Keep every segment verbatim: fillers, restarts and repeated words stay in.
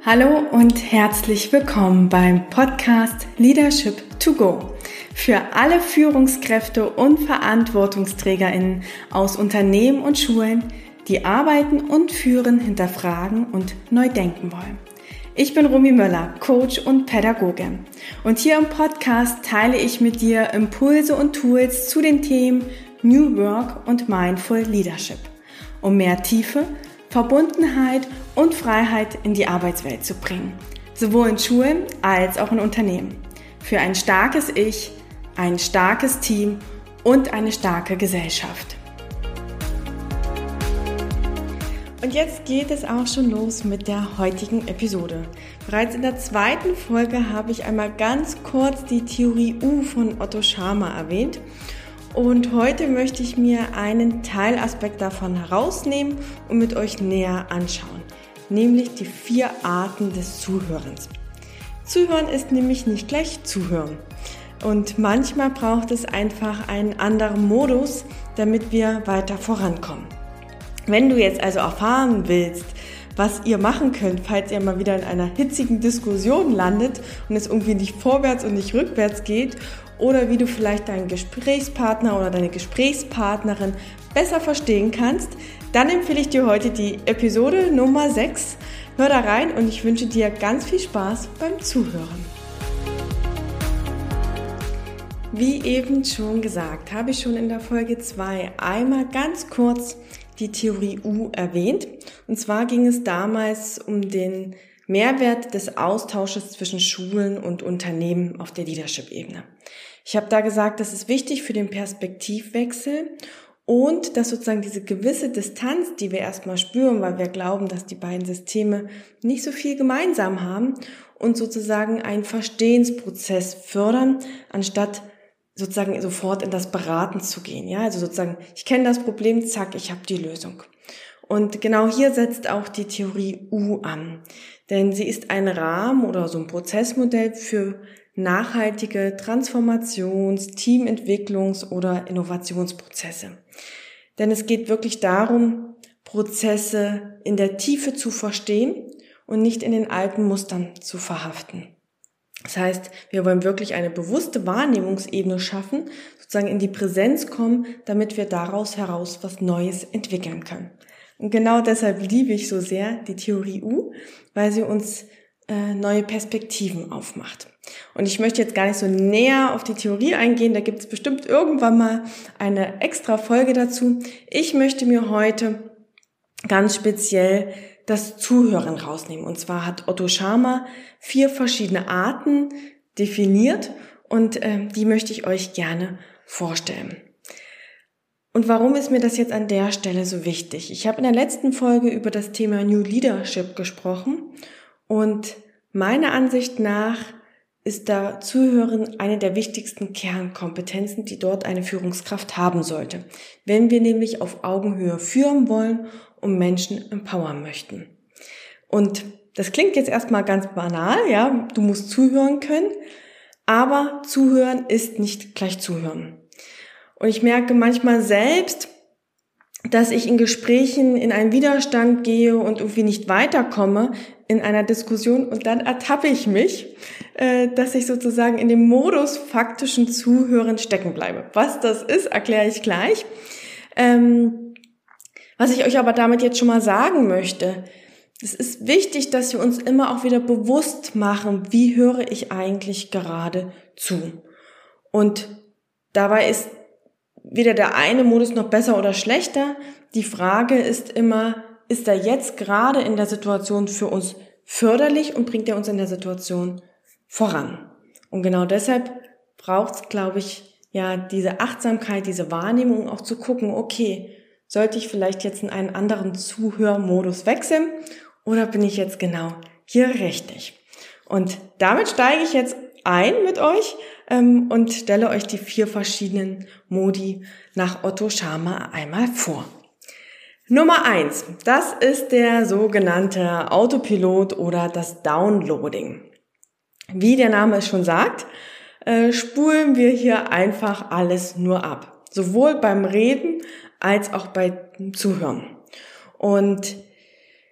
Hallo und herzlich willkommen beim Podcast Leadership to Go für alle Führungskräfte und VerantwortungsträgerInnen aus Unternehmen und Schulen, die arbeiten und führen, hinterfragen und neu denken wollen. Ich bin Romy Möller, Coach und Pädagoge. Und hier im Podcast teile ich mit dir Impulse und Tools zu den Themen New Work und Mindful Leadership, um mehr Tiefe, Verbundenheit und Freiheit in die Arbeitswelt zu bringen, sowohl in Schulen als auch in Unternehmen. Für ein starkes Ich, ein starkes Team und eine starke Gesellschaft. Und jetzt geht es auch schon los mit der heutigen Episode. Bereits in der zweiten Folge habe ich einmal ganz kurz die Theorie U von Otto Scharmer erwähnt. Und heute möchte ich mir einen Teilaspekt davon herausnehmen und mit euch näher anschauen, nämlich die vier Arten des Zuhörens. Zuhören ist nämlich nicht gleich Zuhören. Und manchmal braucht es einfach einen anderen Modus, damit wir weiter vorankommen. Wenn du jetzt also erfahren willst, was ihr machen könnt, falls ihr mal wieder in einer hitzigen Diskussion landet und es irgendwie nicht vorwärts und nicht rückwärts geht, oder wie du vielleicht deinen Gesprächspartner oder deine Gesprächspartnerin besser verstehen kannst, dann empfehle ich dir heute die Episode Nummer sechs. Hör da rein und ich wünsche dir ganz viel Spaß beim Zuhören. Wie eben schon gesagt, habe ich schon in der Folge zwei einmal ganz kurz die Theorie U erwähnt. Und zwar ging es damals um den Mehrwert des Austausches zwischen Schulen und Unternehmen auf der Leadership-Ebene. Ich habe da gesagt, das ist wichtig für den Perspektivwechsel und dass sozusagen diese gewisse Distanz, die wir erstmal spüren, weil wir glauben, dass die beiden Systeme nicht so viel gemeinsam haben, und sozusagen einen Verstehensprozess fördern, anstatt sozusagen sofort in das Beraten zu gehen. Ja, also sozusagen, ich kenne das Problem, zack, ich habe die Lösung. Und genau hier setzt auch die Theorie U an, denn sie ist ein Rahmen oder so ein Prozessmodell für nachhaltige Transformations-, Teamentwicklungs- oder Innovationsprozesse. Denn es geht wirklich darum, Prozesse in der Tiefe zu verstehen und nicht in den alten Mustern zu verhaften. Das heißt, wir wollen wirklich eine bewusste Wahrnehmungsebene schaffen, sozusagen in die Präsenz kommen, damit wir daraus heraus was Neues entwickeln können. Und genau deshalb liebe ich so sehr die Theorie U, weil sie uns äh, neue Perspektiven aufmacht. Und ich möchte jetzt gar nicht so näher auf die Theorie eingehen, da gibt es bestimmt irgendwann mal eine extra Folge dazu. Ich möchte mir heute ganz speziell das Zuhören rausnehmen. Und zwar hat Otto Scharmer vier verschiedene Arten definiert und äh, die möchte ich euch gerne vorstellen. Und warum ist mir das jetzt an der Stelle so wichtig? Ich habe in der letzten Folge über das Thema New Leadership gesprochen und meiner Ansicht nach ist da Zuhören eine der wichtigsten Kernkompetenzen, die dort eine Führungskraft haben sollte, wenn wir nämlich auf Augenhöhe führen wollen und Menschen empowern möchten. Und das klingt jetzt erstmal ganz banal, ja, du musst zuhören können, aber Zuhören ist nicht gleich Zuhören. Und ich merke manchmal selbst, dass ich in Gesprächen in einen Widerstand gehe und irgendwie nicht weiterkomme in einer Diskussion und dann ertappe ich mich, dass ich sozusagen in dem Modus faktischen Zuhören stecken bleibe. Was das ist, erkläre ich gleich. Was ich euch aber damit jetzt schon mal sagen möchte, es ist wichtig, dass wir uns immer auch wieder bewusst machen, wie höre ich eigentlich gerade zu. Und dabei ist weder der eine Modus noch besser oder schlechter. Die Frage ist immer, ist er jetzt gerade in der Situation für uns förderlich und bringt er uns in der Situation voran? Und genau deshalb braucht es, glaube ich, ja diese Achtsamkeit, diese Wahrnehmung, auch zu gucken, okay, sollte ich vielleicht jetzt in einen anderen Zuhörmodus wechseln oder bin ich jetzt genau hier richtig? Und damit steige ich jetzt ein mit euch ähm, und stelle euch die vier verschiedenen Modi nach Otto Scharmer einmal vor. Nummer eins, das ist der sogenannte Autopilot oder das Downloading. Wie der Name es schon sagt, äh, spulen wir hier einfach alles nur ab. Sowohl beim Reden als auch beim Zuhören. Und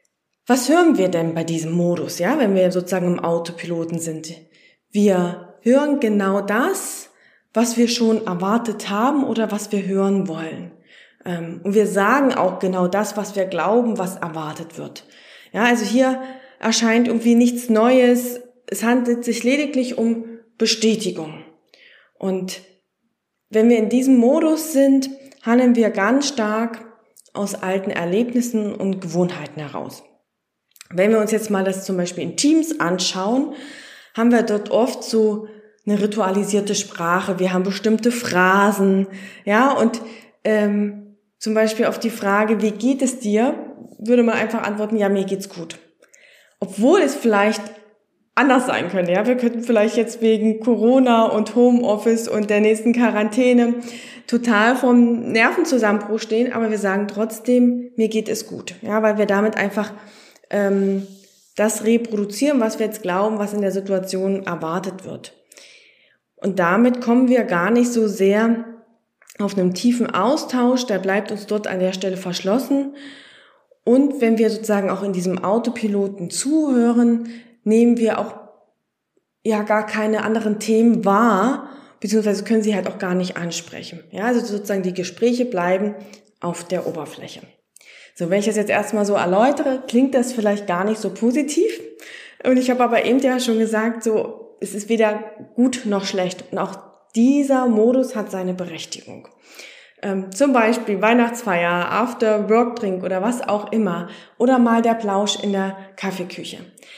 Was hören wir denn bei diesem Modus, ja, wenn wir sozusagen im Autopiloten sind? Wir hören genau das, was wir schon erwartet haben oder was wir hören wollen. Und wir sagen auch genau das, was wir glauben, was erwartet wird. Ja, also hier erscheint irgendwie nichts Neues. Es handelt sich lediglich um Bestätigung. Und wenn wir in diesem Modus sind, handeln wir ganz stark aus alten Erlebnissen und Gewohnheiten heraus. Wenn wir uns jetzt mal das zum Beispiel in Teams anschauen, haben wir dort oft so eine ritualisierte Sprache. Wir haben bestimmte Phrasen, ja, und ähm, zum Beispiel auf die Frage, wie geht es dir, würde man einfach antworten, ja, mir geht's gut. Obwohl es vielleicht anders sein könnte, ja, wir könnten vielleicht jetzt wegen Corona und Homeoffice und der nächsten Quarantäne total vom Nervenzusammenbruch stehen, aber wir sagen trotzdem, mir geht es gut, ja, weil wir damit einfach ähm, das reproduzieren, was wir jetzt glauben, was in der Situation erwartet wird. Und damit kommen wir gar nicht so sehr auf einem tiefen Austausch, der bleibt uns dort an der Stelle verschlossen. Und wenn wir sozusagen auch in diesem Autopiloten zuhören, nehmen wir auch ja gar keine anderen Themen wahr, beziehungsweise können sie halt auch gar nicht ansprechen. Ja, also sozusagen die Gespräche bleiben auf der Oberfläche. So, wenn ich das jetzt erstmal so erläutere, klingt das vielleicht gar nicht so positiv. Und ich habe aber eben ja schon gesagt, so, es ist weder gut noch schlecht. Und auch dieser Modus hat seine Berechtigung. Ähm, zum Beispiel Weihnachtsfeier, After-Work-Drink oder was auch immer. Oder mal der Plausch in der Kaffeeküche.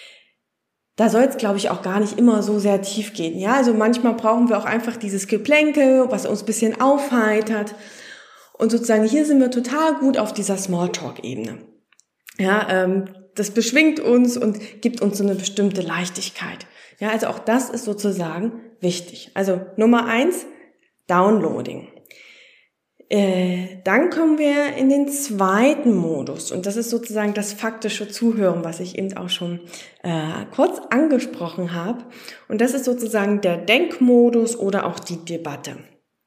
Da soll es, glaube ich, auch gar nicht immer so sehr tief gehen. Ja, also manchmal brauchen wir auch einfach dieses Geplänkel, was uns ein bisschen aufheitert. Und sozusagen hier sind wir total gut auf dieser Smalltalk-Ebene. Ja, ähm, das beschwingt uns und gibt uns so eine bestimmte Leichtigkeit. Ja, also auch das ist sozusagen wichtig. Also Nummer eins, Downloading. Äh, dann kommen wir in den zweiten Modus und das ist sozusagen das faktische Zuhören, was ich eben auch schon äh, kurz angesprochen habe. Und das ist sozusagen der Denkmodus oder auch die Debatte.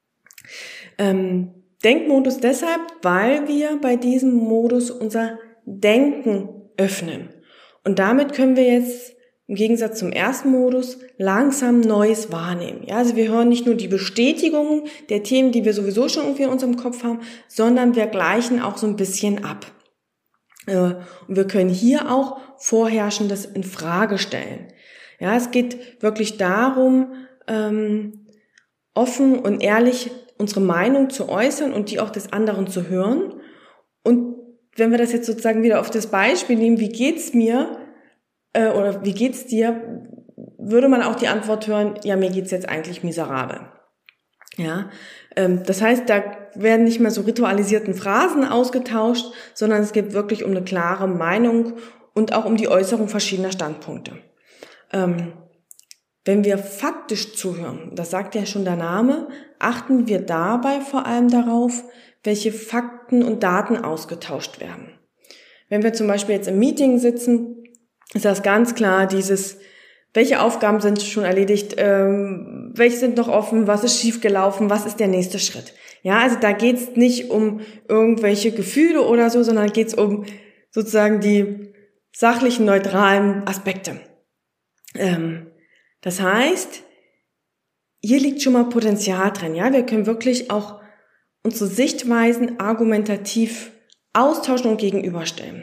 Ähm, Denkmodus deshalb, weil wir bei diesem Modus unser Denken öffnen. Und damit können wir jetzt im Gegensatz zum ersten Modus langsam Neues wahrnehmen. Ja, also wir hören nicht nur die Bestätigung der Themen, die wir sowieso schon irgendwie in unserem Kopf haben, sondern wir gleichen auch so ein bisschen ab. Und wir können hier auch Vorherrschendes in Frage stellen. Ja, es geht wirklich darum, ähm, offen und ehrlich unsere Meinung zu äußern und die auch des anderen zu hören. Und wenn wir das jetzt sozusagen wieder auf das Beispiel nehmen, wie geht's mir äh, oder wie geht's dir, würde man auch die Antwort hören, ja, mir geht's jetzt eigentlich miserabel. Ja, ähm, das heißt, da werden nicht mehr so ritualisierten Phrasen ausgetauscht, sondern es geht wirklich um eine klare Meinung und auch um die Äußerung verschiedener Standpunkte. Ähm, Wenn wir faktisch zuhören, das sagt ja schon der Name, achten wir dabei vor allem darauf, welche Fakten und Daten ausgetauscht werden. Wenn wir zum Beispiel jetzt im Meeting sitzen, ist das ganz klar dieses, welche Aufgaben sind schon erledigt, ähm, welche sind noch offen, was ist schiefgelaufen, was ist der nächste Schritt. Ja, also da geht's nicht um irgendwelche Gefühle oder so, sondern geht's um sozusagen die sachlichen, neutralen Aspekte. Ähm, Das heißt, hier liegt schon mal Potenzial drin. Ja, wir können wirklich auch unsere Sichtweisen argumentativ austauschen und gegenüberstellen.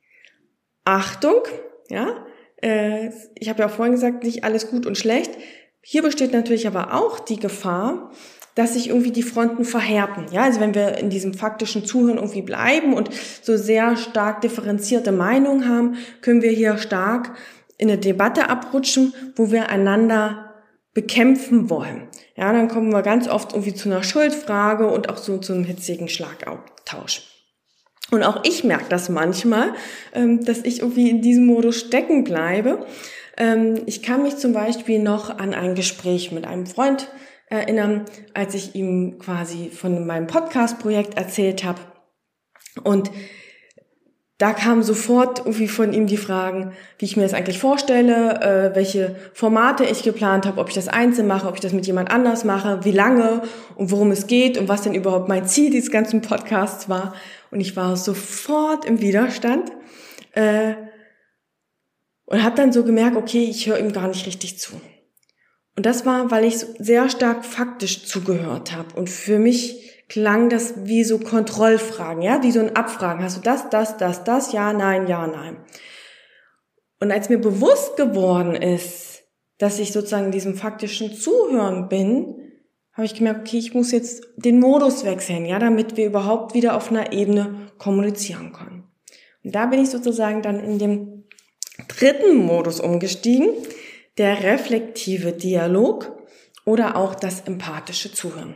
Achtung, ja, äh, ich habe ja auch vorhin gesagt, nicht alles gut und schlecht. Hier besteht natürlich aber auch die Gefahr, dass sich irgendwie die Fronten verhärten. Ja, also wenn wir in diesem faktischen Zuhören irgendwie bleiben und so sehr stark differenzierte Meinungen haben, können wir hier stark in eine Debatte abrutschen, wo wir einander bekämpfen wollen. Ja, dann kommen wir ganz oft irgendwie zu einer Schuldfrage und auch so zu einem hitzigen Schlagabtausch. Und auch ich merke das manchmal, dass ich irgendwie in diesem Modus stecken bleibe. Ich kann mich zum Beispiel noch an ein Gespräch mit einem Freund erinnern, als ich ihm quasi von meinem Podcast-Projekt erzählt habe. Und da kamen sofort irgendwie von ihm die Fragen, wie ich mir das eigentlich vorstelle, äh, welche Formate ich geplant habe, ob ich das einzeln mache, ob ich das mit jemand anders mache, wie lange und worum es geht und was denn überhaupt mein Ziel dieses ganzen Podcasts war. Und ich war sofort im Widerstand, äh, Und habe dann so gemerkt, okay, ich höre ihm gar nicht richtig zu. Und das war, weil ich sehr stark faktisch zugehört habe. Und für mich klang das wie so Kontrollfragen, ja, wie so ein Abfragen. Hast du das, das, das, das? Ja, nein, ja, nein. Und als mir bewusst geworden ist, dass ich sozusagen in diesem faktischen Zuhören bin, habe ich gemerkt, okay, ich muss jetzt den Modus wechseln, ja, damit wir überhaupt wieder auf einer Ebene kommunizieren können. Und da bin ich sozusagen dann in dem dritten Modus umgestiegen, der reflektive Dialog oder auch das empathische Zuhören.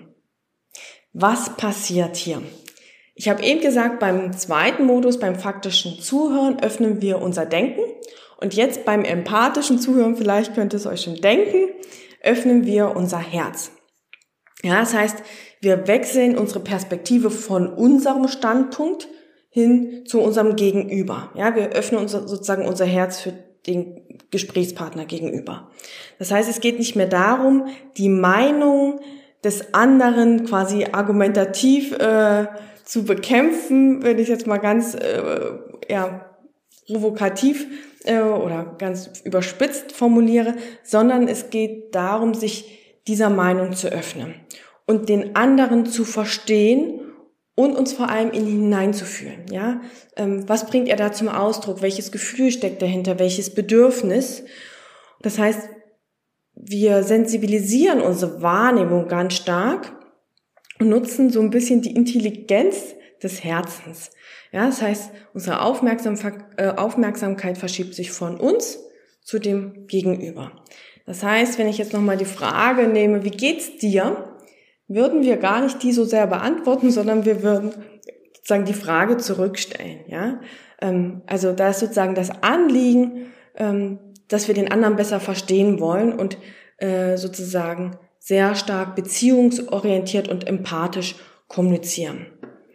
Was passiert hier? Ich habe eben gesagt, beim zweiten Modus, beim faktischen Zuhören, öffnen wir unser Denken. Und jetzt beim empathischen Zuhören, vielleicht könnt ihr es euch schon denken, öffnen wir unser Herz. Ja, das heißt, wir wechseln unsere Perspektive von unserem Standpunkt hin zu unserem Gegenüber. Ja, wir öffnen unser, sozusagen unser Herz für den Gesprächspartner gegenüber. Das heißt, es geht nicht mehr darum, die Meinung des anderen quasi argumentativ äh, zu bekämpfen, wenn ich jetzt mal ganz äh, ja, provokativ äh, oder ganz überspitzt formuliere, sondern es geht darum, sich dieser Meinung zu öffnen und den anderen zu verstehen und uns vor allem in ihn hineinzufühlen. Ja, ähm, was bringt er da zum Ausdruck? Welches Gefühl steckt dahinter? Welches Bedürfnis? Das heißt, wir sensibilisieren unsere Wahrnehmung ganz stark und nutzen so ein bisschen die Intelligenz des Herzens. Ja, das heißt, unsere Aufmerksamkeit, äh, Aufmerksamkeit verschiebt sich von uns zu dem Gegenüber. Das heißt, wenn ich jetzt nochmal die Frage nehme, wie geht's dir? Würden wir gar nicht die so sehr beantworten, sondern wir würden sozusagen die Frage zurückstellen. Ja, ähm, also da ist sozusagen das Anliegen, ähm, dass wir den anderen besser verstehen wollen und äh, sozusagen sehr stark beziehungsorientiert und empathisch kommunizieren.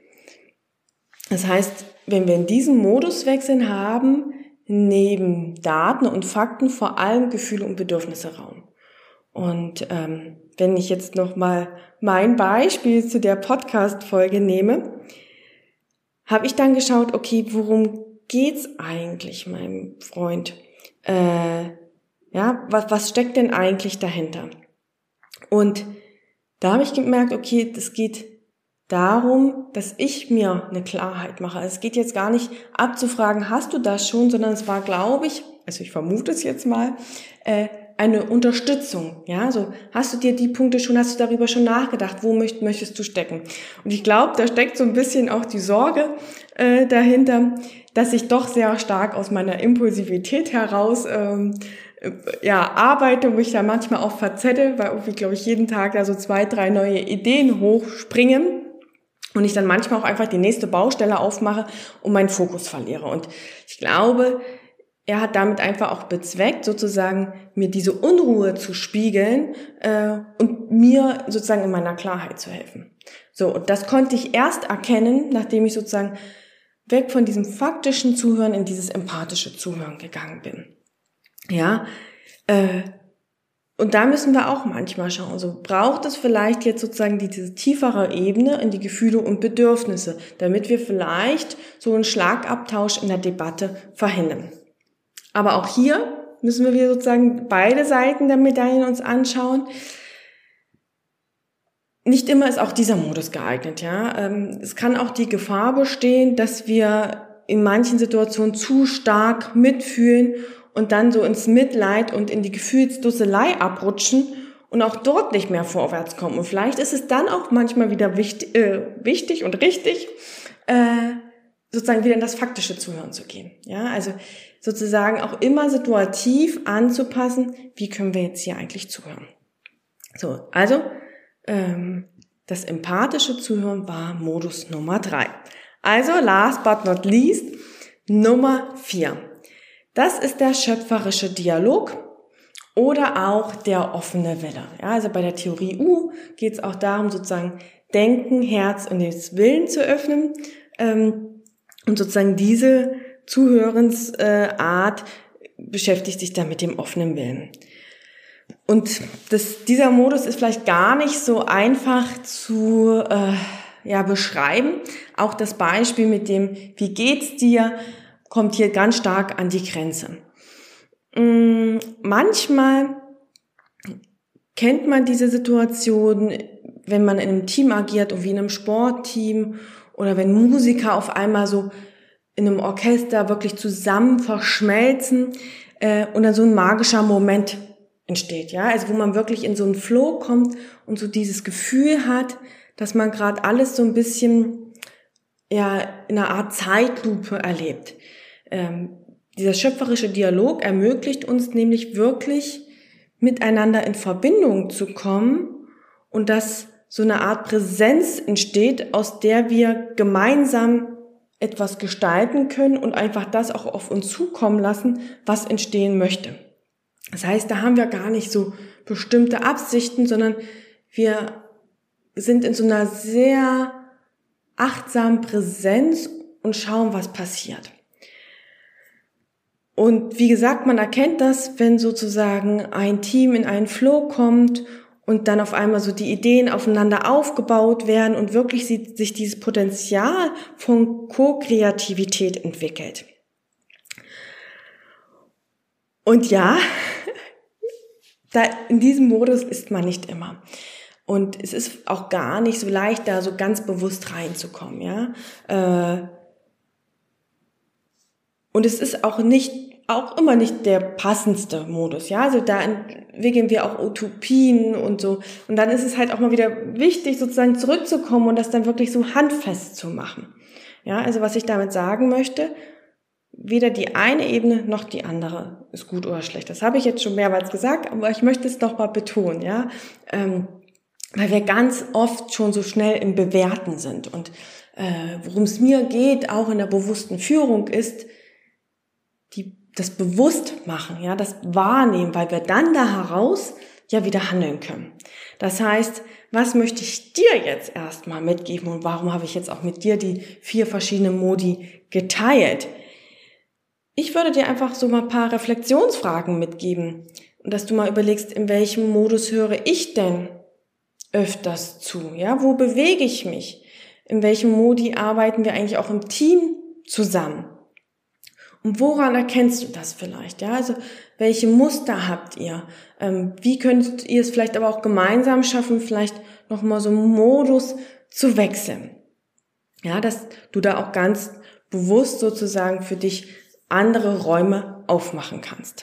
Das heißt, wenn wir in diesem Modus wechseln, haben neben Daten und Fakten vor allem Gefühle und Bedürfnisse Raum. Und ähm, wenn ich jetzt nochmal mein Beispiel zu der Podcast-Folge nehme, habe ich dann geschaut, okay, worum geht's eigentlich, meinem Freund? Äh, ja, was, was steckt denn eigentlich dahinter? Und da habe ich gemerkt, okay, das geht darum, dass ich mir eine Klarheit mache. Es geht jetzt gar nicht abzufragen, hast du das schon, sondern es war, glaube ich, also ich vermute es jetzt mal, äh, eine Unterstützung. Ja, so hast du dir die Punkte schon, hast du darüber schon nachgedacht, wo möcht, möchtest du stecken? Und ich glaube, da steckt so ein bisschen auch die Sorge äh, dahinter, dass ich doch sehr stark aus meiner Impulsivität heraus ähm, ja, arbeite, wo ich da manchmal auch verzettel, weil irgendwie, glaube ich, jeden Tag da so zwei, drei neue Ideen hochspringen und ich dann manchmal auch einfach die nächste Baustelle aufmache und meinen Fokus verliere. Und ich glaube, er hat damit einfach auch bezweckt, sozusagen mir diese Unruhe zu spiegeln äh, und mir sozusagen in meiner Klarheit zu helfen. So, und das konnte ich erst erkennen, nachdem ich sozusagen weg von diesem faktischen Zuhören in dieses empathische Zuhören gegangen bin. Ja, äh, und da müssen wir auch manchmal schauen, so braucht es vielleicht jetzt sozusagen diese tiefere Ebene in die Gefühle und Bedürfnisse, damit wir vielleicht so einen Schlagabtausch in der Debatte verhindern. Aber auch hier müssen wir wieder sozusagen beide Seiten der Medaillen uns anschauen. Nicht immer ist auch dieser Modus geeignet, ja. Es kann auch die Gefahr bestehen, dass wir in manchen Situationen zu stark mitfühlen und dann so ins Mitleid und in die Gefühlsdusselei abrutschen und auch dort nicht mehr vorwärts kommen. Und vielleicht ist es dann auch manchmal wieder wichtig, äh, wichtig und richtig, äh, sozusagen wieder in das faktische Zuhören zu gehen. Ja, also sozusagen auch immer situativ anzupassen, wie können wir jetzt hier eigentlich zuhören. So, also ähm, das empathische Zuhören war Modus Nummer drei. Also last but not least, Nummer vier. Das ist der schöpferische Dialog oder auch der offene Wille. Ja, also bei der Theorie U geht es auch darum, sozusagen Denken, Herz und das Willen zu öffnen ähm, und sozusagen diese Zuhörensart äh, beschäftigt sich dann mit dem offenen Willen. Und das, dieser Modus ist vielleicht gar nicht so einfach zu äh, ja, beschreiben. Auch das Beispiel mit dem, wie geht's dir, kommt hier ganz stark an die Grenze. mh, manchmal kennt man diese Situation, wenn man in einem Team agiert, wie in einem Sportteam oder wenn Musiker auf einmal so in einem Orchester wirklich zusammen verschmelzen äh, und dann so ein magischer Moment entsteht, ja, also wo man wirklich in so einen Flow kommt und so dieses Gefühl hat, dass man gerade alles so ein bisschen ja in einer Art Zeitlupe erlebt. Ähm, dieser schöpferische Dialog ermöglicht uns nämlich wirklich miteinander in Verbindung zu kommen und dass so eine Art Präsenz entsteht, aus der wir gemeinsam etwas gestalten können und einfach das auch auf uns zukommen lassen, was entstehen möchte. Das heißt, da haben wir gar nicht so bestimmte Absichten, sondern wir sind in so einer sehr achtsamen Präsenz und schauen, was passiert. Und wie gesagt, man erkennt das, wenn sozusagen ein Team in einen Flow kommt und dann auf einmal so die Ideen aufeinander aufgebaut werden und wirklich sich dieses Potenzial von Co-Kreativität entwickelt. Und ja, da in diesem Modus ist man nicht immer. Und es ist auch gar nicht so leicht, da so ganz bewusst reinzukommen, ja. Und es ist auch nicht, auch immer nicht der passendste Modus, ja. Also da entwickeln wir auch Utopien und so. Und dann ist es halt auch mal wieder wichtig, sozusagen zurückzukommen und das dann wirklich so handfest zu machen. Ja, also was ich damit sagen möchte, weder die eine Ebene noch die andere ist gut oder schlecht. Das habe ich jetzt schon mehrmals gesagt, aber ich möchte es noch mal betonen, ja. Ähm, weil wir ganz oft schon so schnell im Bewerten sind. Und äh, worum es mir geht, auch in der bewussten Führung, ist die, das Bewusstmachen, ja, das Wahrnehmen, weil wir dann da heraus ja wieder handeln können. Das heißt, was möchte ich dir jetzt erstmal mitgeben und warum habe ich jetzt auch mit dir die vier verschiedenen Modi geteilt? Ich würde dir einfach so mal ein paar Reflexionsfragen mitgeben und dass du mal überlegst, in welchem Modus höre ich denn öfters zu, ja, wo bewege ich mich? In welchem Modi arbeiten wir eigentlich auch im Team zusammen? Und woran erkennst du das vielleicht, ja? Also, welche Muster habt ihr? Ähm, wie könnt ihr es vielleicht aber auch gemeinsam schaffen, vielleicht nochmal so einen Modus zu wechseln? Ja, dass du da auch ganz bewusst sozusagen für dich andere Räume aufmachen kannst.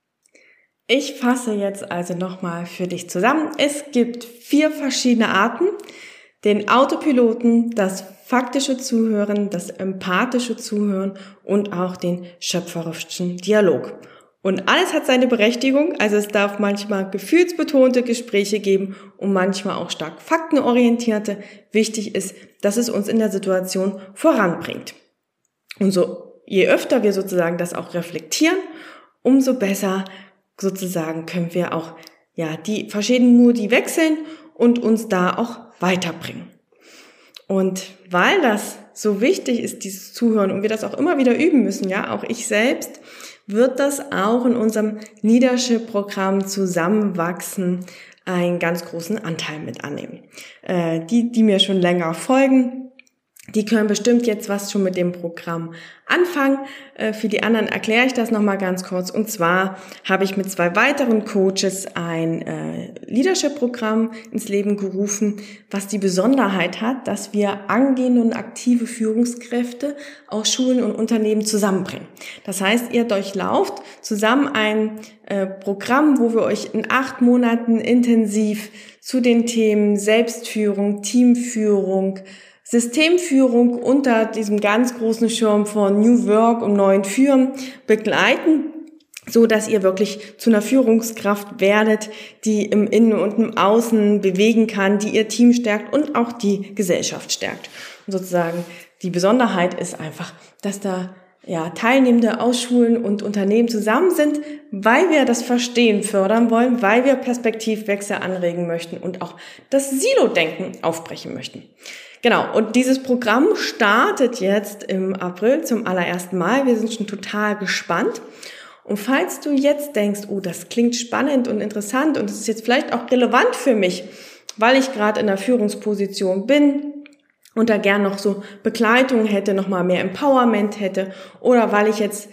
Ich fasse jetzt also nochmal für dich zusammen. Es gibt vier verschiedene Arten. Den Autopiloten, das faktische Zuhören, das empathische Zuhören und auch den schöpferischen Dialog. Und alles hat seine Berechtigung. Also es darf manchmal gefühlsbetonte Gespräche geben und manchmal auch stark faktenorientierte. Wichtig ist, dass es uns in der Situation voranbringt. Und so, je öfter wir sozusagen das auch reflektieren, umso besser sozusagen können wir auch ja die verschiedenen Modi wechseln und uns da auch weiterbringen. Und weil das so wichtig ist, dieses Zuhören, und wir das auch immer wieder üben müssen, ja, auch ich selbst, wird das auch in unserem Leadership-Programm Zusammenwachsen einen ganz großen Anteil mit annehmen. Äh, die, die mir schon länger folgen, die können bestimmt jetzt was schon mit dem Programm anfangen. Für die anderen erkläre ich das nochmal ganz kurz. Und zwar habe ich mit zwei weiteren Coaches ein Leadership-Programm ins Leben gerufen, was die Besonderheit hat, dass wir angehende und aktive Führungskräfte aus Schulen und Unternehmen zusammenbringen. Das heißt, ihr durchlauft zusammen ein Programm, wo wir euch in acht Monaten intensiv zu den Themen Selbstführung, Teamführung, Systemführung unter diesem ganz großen Schirm von New Work und neuen Führen begleiten, so dass ihr wirklich zu einer Führungskraft werdet, die im Innen und im Außen bewegen kann, die ihr Team stärkt und auch die Gesellschaft stärkt. Und sozusagen die Besonderheit ist einfach, dass da ja Teilnehmende aus Schulen und Unternehmen zusammen sind, weil wir das Verstehen fördern wollen, weil wir Perspektivwechsel anregen möchten und auch das Silo-Denken aufbrechen möchten. Genau, und dieses Programm startet jetzt im April zum allerersten Mal. Wir sind schon total gespannt. Und falls du jetzt denkst, oh, das klingt spannend und interessant und es ist jetzt vielleicht auch relevant für mich, weil ich gerade in der Führungsposition bin und da gern noch so Begleitung hätte, noch mal mehr Empowerment hätte oder weil ich jetzt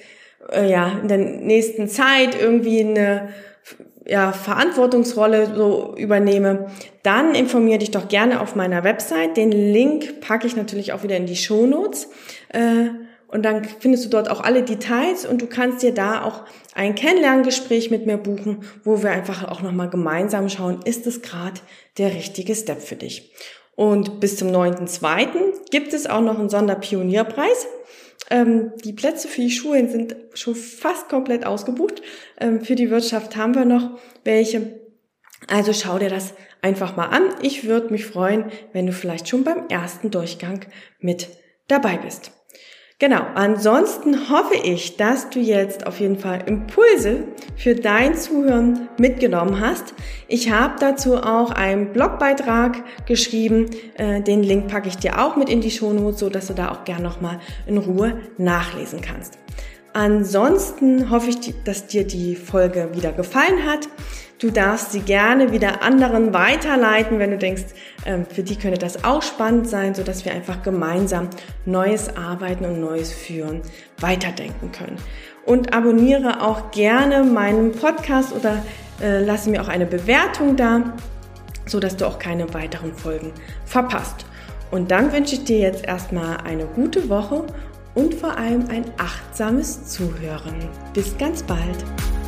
äh, ja, in der nächsten Zeit irgendwie eine ja, Verantwortungsrolle so übernehme, dann informiere dich doch gerne auf meiner Website. Den Link packe ich natürlich auch wieder in die Shownotes. Äh, und dann findest du dort auch alle Details und du kannst dir da auch ein Kennenlerngespräch mit mir buchen, wo wir einfach auch nochmal gemeinsam schauen, ist es gerade der richtige Step für dich. Und bis zum neunten zweiten gibt es auch noch einen Sonderpionierpreis. Ähm, die Plätze für die Schulen sind schon fast komplett ausgebucht. Ähm, für die Wirtschaft haben wir noch welche. Also schau dir das einfach mal an. Ich würde mich freuen, wenn du vielleicht schon beim ersten Durchgang mit dabei bist. Genau, ansonsten hoffe ich, dass du jetzt auf jeden Fall Impulse für dein Zuhören mitgenommen hast. Ich habe dazu auch einen Blogbeitrag geschrieben, äh, den Link packe ich dir auch mit in die Shownotes, so dass du da auch gern nochmal in Ruhe nachlesen kannst. Ansonsten hoffe ich, dass dir die Folge wieder gefallen hat. Du darfst sie gerne wieder anderen weiterleiten, wenn du denkst, für die könnte das auch spannend sein, sodass wir einfach gemeinsam neues Arbeiten und neues Führen weiterdenken können. Und abonniere auch gerne meinen Podcast oder äh, lasse mir auch eine Bewertung da, sodass du auch keine weiteren Folgen verpasst. Und dann wünsche ich dir jetzt erstmal eine gute Woche und vor allem ein achtsames Zuhören. Bis ganz bald.